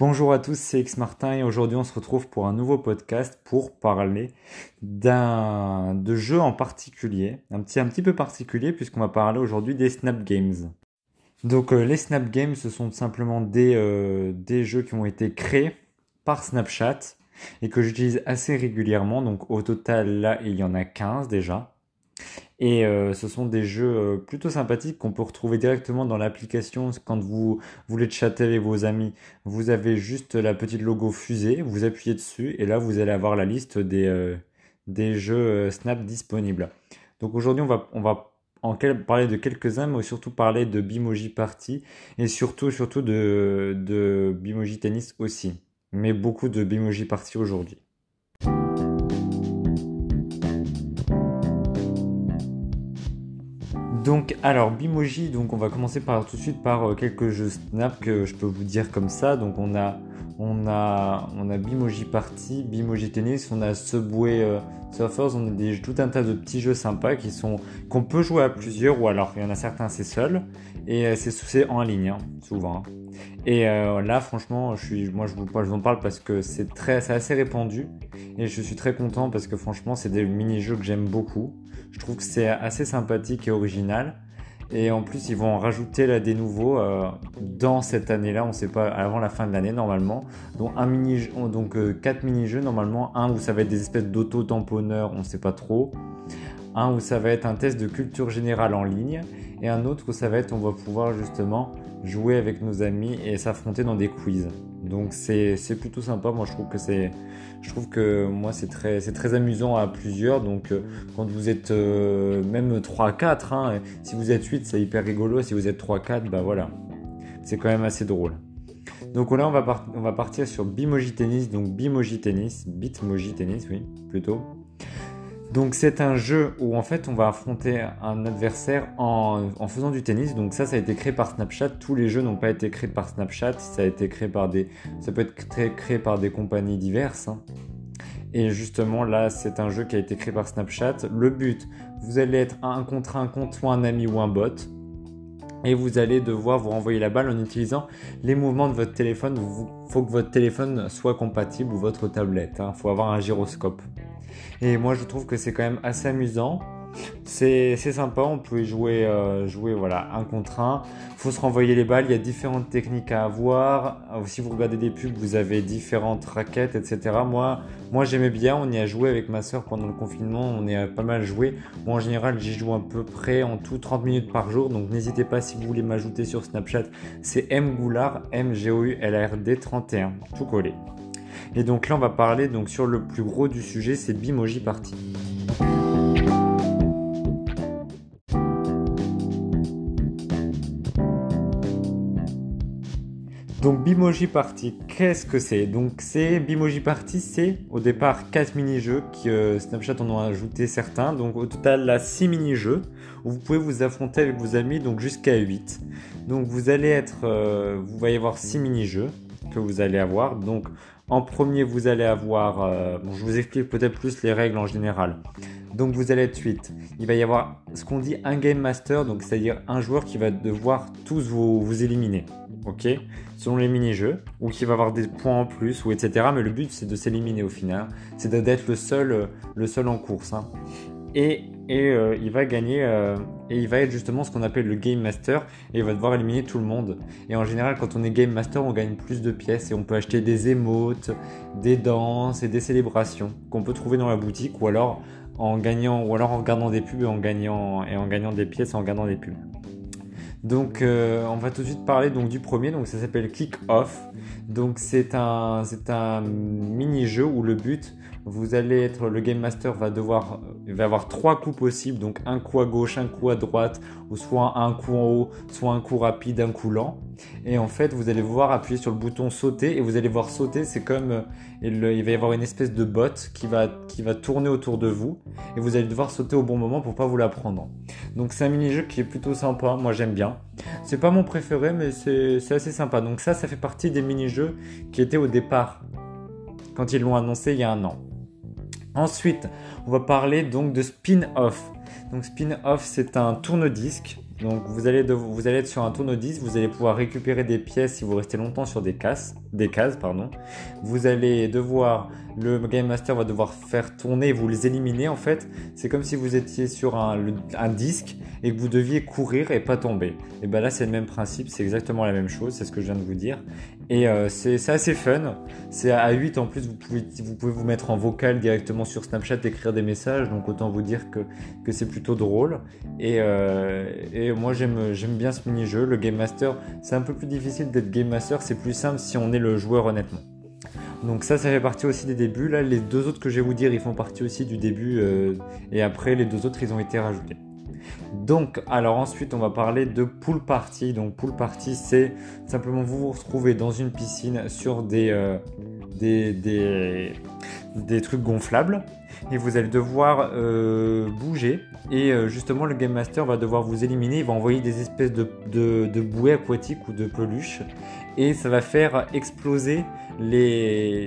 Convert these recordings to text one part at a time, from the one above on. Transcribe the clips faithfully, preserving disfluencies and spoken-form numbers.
Bonjour à tous, c'est X Martin et aujourd'hui on se retrouve pour un nouveau podcast pour parler d'un de jeu en particulier, un petit un petit peu particulier puisqu'on va parler aujourd'hui des Snap Games. Donc euh, les Snap Games, ce sont simplement des euh, des jeux qui ont été créés par Snapchat et que j'utilise assez régulièrement. Donc au total là, il y en a quinze déjà. Et euh, ce sont des jeux euh, plutôt sympathiques qu'on peut retrouver directement dans l'application quand vous voulez chatter avec vos amis. Vous avez juste la petite logo fusée, vous appuyez dessus et là vous allez avoir la liste des, euh, des jeux euh, Snap disponibles. Donc aujourd'hui on va, on va en quel- parler de quelques-uns, mais surtout parler de Bimoji Party et surtout, surtout de, de Bimoji Tennis aussi. Mais beaucoup de Bimoji Party aujourd'hui. Donc, alors, Bimoji, donc on va commencer par tout de suite par euh, quelques jeux Snap que je peux vous dire comme ça. Donc, on a, on a, on a Bimoji Party, Bimoji Tennis, on a Subway euh, Surfers, on a des, tout un tas de petits jeux sympas qui sont, qu'on peut jouer à plusieurs ou alors il y en a certains c'est seul et euh, c'est, c'est en ligne, hein, souvent. Hein. Et euh, là, franchement, je suis, moi je vous, je vous en parle parce que c'est très, c'est assez répandu et je suis très content parce que franchement, c'est des mini-jeux que j'aime beaucoup. Je trouve que c'est assez sympathique et original. Et en plus, ils vont en rajouter là des nouveaux euh, dans cette année-là. On ne sait pas avant la fin de l'année normalement. Donc un mini, donc euh, quatre mini-jeux normalement. Un où ça va être des espèces d'auto-tamponneurs, on ne sait pas trop. Un où ça va être un test de culture générale en ligne. Et un autre où ça va être, on va pouvoir justement jouer avec nos amis et s'affronter dans des quiz. Donc c'est c'est plutôt sympa. Moi je trouve que c'est je trouve que moi c'est très c'est très amusant à plusieurs. Donc euh, quand vous êtes euh, même trois quatre, hein, si vous êtes huit c'est hyper rigolo. Si vous êtes trois quatre, bah voilà, c'est quand même assez drôle. Donc là on va part- on va partir sur Bimoji Tennis. Donc Bimoji Tennis, Bitmoji Tennis, oui plutôt. Donc c'est un jeu où en fait on va affronter un adversaire en, en faisant du tennis. Donc ça, ça a été créé par Snapchat. Tous les jeux n'ont pas été créés par Snapchat. Ça a été créé par des, ça peut être créé, créé par des compagnies diverses. Hein. Et justement là, c'est un jeu qui a été créé par Snapchat. Le but, vous allez être un contre un contre soit un ami ou un bot. Et vous allez devoir vous renvoyer la balle en utilisant les mouvements de votre téléphone. Il faut que votre téléphone soit compatible ou votre tablette. Il hein. faut avoir un gyroscope. Et moi, je trouve que c'est quand même assez amusant. C'est, c'est sympa, on peut y jouer, euh, jouer voilà, un contre un. Il faut se renvoyer les balles, il y a différentes techniques à avoir. Si vous regardez des pubs, vous avez différentes raquettes, et cetera. Moi, moi j'aimais bien, on y a joué avec ma soeur pendant le confinement, on y a pas mal joué. Moi, en général, j'y joue à peu près en tout trente minutes par jour. Donc, n'hésitez pas si vous voulez m'ajouter sur Snapchat. C'est mgoulard, M G O U L A R D trente et un, tout collé. Et donc là, on va parler donc sur le plus gros du sujet, c'est Bimoji Party. Donc Bimoji Party, qu'est-ce que c'est? Donc c'est Bimoji Party, c'est au départ quatre mini-jeux qui euh, Snapchat en a ajouté certains. Donc au total là six mini-jeux où vous pouvez vous affronter avec vos amis donc jusqu'à huit. Donc vous allez être euh, vous va y avoir six mini-jeux que vous allez avoir. Donc en premier vous allez avoir euh, bon, je vous explique peut-être plus les règles en général. Donc vous allez être huit. Il va y avoir ce qu'on dit un game master, donc c'est-à-dire un joueur qui va devoir tous vous, vous éliminer. Ok, selon les mini-jeux, ou qui va avoir des points en plus, ou et cetera. Mais le but c'est de s'éliminer au final, c'est d'être le seul, le seul en course. Hein. Et, et euh, il va gagner, euh, et il va être justement ce qu'on appelle le Game Master, et il va devoir éliminer tout le monde. Et en général, quand on est Game Master, on gagne plus de pièces, et on peut acheter des émotes, des danses et des célébrations qu'on peut trouver dans la boutique, ou alors en gagnant, ou alors en regardant des pubs et en gagnant, et en gagnant des pièces et en regardant des pubs. Donc euh, on va tout de suite parler donc du premier, donc ça s'appelle Kick Off. Donc c'est un c'est un mini-jeu où le but, vous allez être le Game Master va devoir il va avoir trois coups possibles, donc un coup à gauche, un coup à droite, ou soit un coup en haut, soit un coup rapide, un coup lent. Et en fait, vous allez voir appuyer sur le bouton sauter et vous allez voir sauter, c'est comme il, il va y avoir une espèce de bot qui va qui va tourner autour de vous et vous allez devoir sauter au bon moment pour pas vous la prendre. Donc c'est un mini-jeu qui est plutôt sympa, moi j'aime bien. C'est pas mon préféré mais c'est, c'est assez sympa. Donc ça, ça fait partie des mini-jeux qui étaient au départ quand ils l'ont annoncé il y a un an. Ensuite, on va parler donc de Spin-Off. Donc Spin-Off, c'est un tourne-disque Donc vous allez, de, vous allez être sur un tourne-disque, vous allez pouvoir récupérer des pièces si vous restez longtemps sur des cases, des cases pardon. Vous allez devoir, le Game Master va devoir faire tourner et vous les éliminer en fait. C'est comme si vous étiez sur un, le, un disque et que vous deviez courir et pas tomber. Et ben là c'est le même principe, c'est exactement la même chose, c'est ce que je viens de vous dire. Et euh, c'est, c'est assez fun, c'est à huit en plus, vous pouvez, vous pouvez vous mettre en vocal directement sur Snapchat, écrire des messages, donc autant vous dire que, que c'est plutôt drôle. Et, euh, et moi j'aime, j'aime bien ce mini-jeu, le Game Master, c'est un peu plus difficile d'être Game Master, c'est plus simple si on est le joueur honnêtement. Donc ça, ça fait partie aussi des débuts. Là, les deux autres que je vais vous dire, ils font partie aussi du début. Euh, et après, les deux autres, ils ont été rajoutés. Donc, alors ensuite, on va parler de pool party. Donc, pool party, c'est simplement vous vous retrouvez dans une piscine sur des, euh, des, des, des trucs gonflables. Et vous allez devoir euh, bouger. Et euh, justement, le Game Master va devoir vous éliminer. Il va envoyer des espèces de, de, de bouées aquatiques ou de peluches. Et ça va faire exploser les,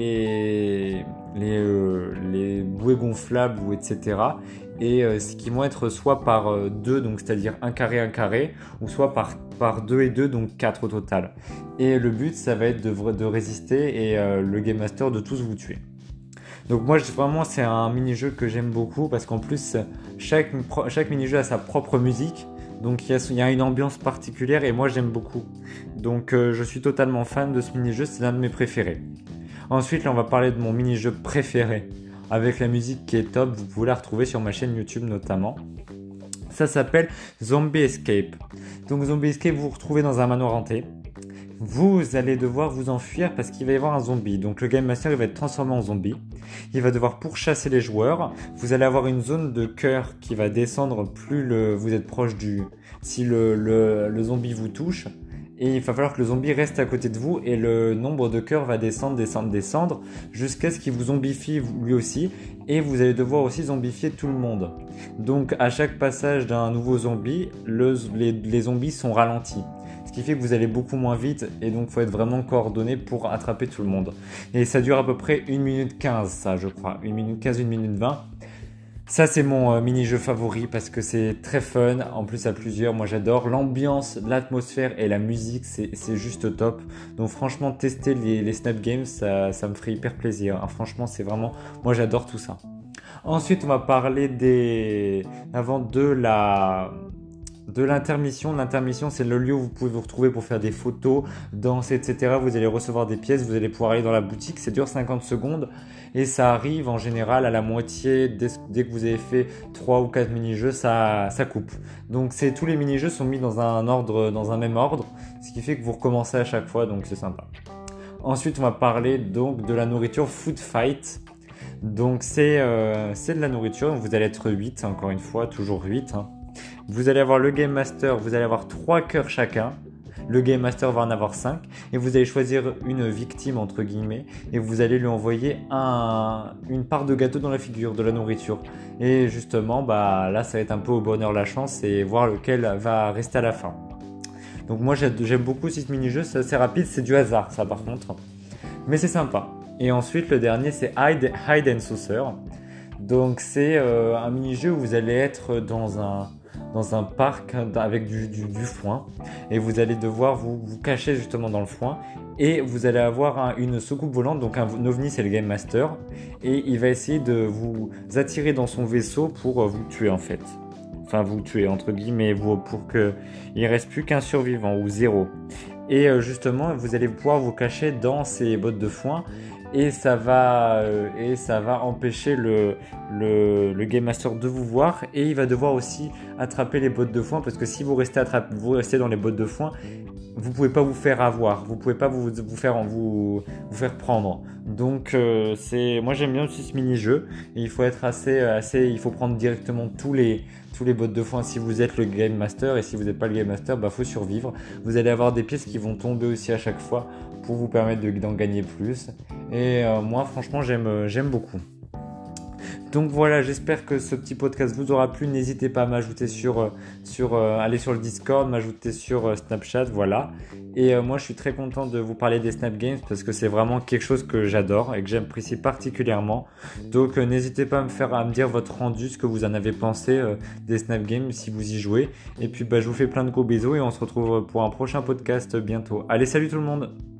les, les, euh, les bouées gonflables ou et cetera. Et euh, ce qui vont être soit par euh, deux, donc c'est-à-dire un carré, un carré, ou soit par, par deux et deux, donc quatre au total. Et le but, ça va être de, de résister et euh, le Game Master de tous vous tuer. Donc moi, je, vraiment, c'est un mini-jeu que j'aime beaucoup parce qu'en plus, chaque, chaque mini-jeu a sa propre musique. Donc il y, a, il y a une ambiance particulière et moi j'aime beaucoup. Donc euh, je suis totalement fan de ce mini-jeu, c'est l'un de mes préférés. Ensuite là on va parler de mon mini-jeu préféré avec la musique qui est top, vous pouvez la retrouver sur ma chaîne YouTube notamment. Ça s'appelle Zombie Escape. Donc Zombie Escape, vous vous retrouvez dans un manoir hanté. Vous allez devoir vous enfuir parce qu'il va y avoir un zombie. Donc le Game Master il va être transformé en zombie. Il va devoir pourchasser les joueurs. Vous allez avoir une zone de cœur qui va descendre plus le, vous êtes proche du... Si le, le, le zombie vous touche. Et il va falloir que le zombie reste à côté de vous. Et le nombre de cœurs va descendre, descendre, descendre. Jusqu'à ce qu'il vous zombifie lui aussi. Et vous allez devoir aussi zombifier tout le monde. Donc à chaque passage d'un nouveau zombie, le, les, les zombies sont ralentis. Ce qui fait que vous allez beaucoup moins vite et donc il faut être vraiment coordonné pour attraper tout le monde. Et ça dure à peu près une minute quinze ça je crois, une minute quinze, une minute vingt. Ça c'est mon euh, mini-jeu favori parce que c'est très fun, en plus à plusieurs, moi j'adore. L'ambiance, l'atmosphère et la musique c'est, c'est juste top. Donc franchement tester les, les Snap Games ça, ça me ferait hyper plaisir. Hein. Franchement c'est vraiment, moi j'adore tout ça. Ensuite on va parler des... avant de la... de l'intermission. L'intermission, c'est le lieu où vous pouvez vous retrouver pour faire des photos, danser, et cetera. Vous allez recevoir des pièces, vous allez pouvoir aller dans la boutique. Ça dure cinquante secondes et ça arrive en général à la moitié. Dès, dès que vous avez fait trois ou quatre mini-jeux, ça, ça coupe. Donc c'est, tous les mini-jeux sont mis dans un ordre, dans un même ordre, ce qui fait que vous recommencez à chaque fois, donc c'est sympa. Ensuite, on va parler donc de la nourriture Food Fight. Donc c'est, euh, c'est de la nourriture. Vous allez être huit, encore une fois, toujours huit. Hein. Vous allez avoir le Game Master, vous allez avoir trois cœurs chacun. Le Game Master va en avoir cinq. Et vous allez choisir une victime, entre guillemets. Et vous allez lui envoyer un, une part de gâteau dans la figure, de la nourriture. Et justement, bah, là, ça va être un peu au bonheur la chance et voir lequel va rester à la fin. Donc moi, j'aime beaucoup ce mini-jeu. C'est assez rapide, c'est du hasard, ça, par contre. Mais c'est sympa. Et ensuite, le dernier, c'est Hide, Hide and Saucer. Donc c'est euh, un mini-jeu où vous allez être dans un... dans un parc avec du, du, du foin et vous allez devoir vous, vous cacher justement dans le foin et vous allez avoir un, une soucoupe volante, donc un, un ovni, c'est le Game Master et il va essayer de vous attirer dans son vaisseau pour vous tuer en fait, enfin vous tuer entre guillemets, vous, pour qu'il ne reste plus qu'un survivant ou zéro. Et euh, justement vous allez pouvoir vous cacher dans ces bottes de foin et ça va, euh, et ça va empêcher le, le, le Game Master de vous voir et il va devoir aussi attraper les bottes de foin parce que si vous restez, attrape, vous restez dans les bottes de foin, vous ne pouvez pas vous faire avoir, vous ne pouvez pas vous, vous, faire, vous, vous faire prendre. Donc euh, c'est, moi j'aime bien aussi ce mini-jeu et il faut être assez, assez, il faut prendre directement tous les, tous les bottes de foin si vous êtes le Game Master et si vous n'êtes pas le Game Master, bah faut survivre. Vous allez avoir des pièces qui vont tomber aussi à chaque fois pour vous permettre de, d'en gagner plus. Et euh, moi franchement j'aime, j'aime beaucoup. Donc voilà, j'espère que ce petit podcast vous aura plu. N'hésitez pas à m'ajouter sur, euh, sur euh, aller sur le Discord, m'ajouter sur euh, Snapchat, voilà. Et euh, moi, je suis très content de vous parler des Snap Games parce que c'est vraiment quelque chose que j'adore et que j'apprécie particulièrement. Donc euh, n'hésitez pas à me faire, à me dire votre rendu, ce que vous en avez pensé euh, des Snap Games si vous y jouez. Et puis bah, je vous fais plein de gros bisous et on se retrouve pour un prochain podcast bientôt. Allez, salut tout le monde!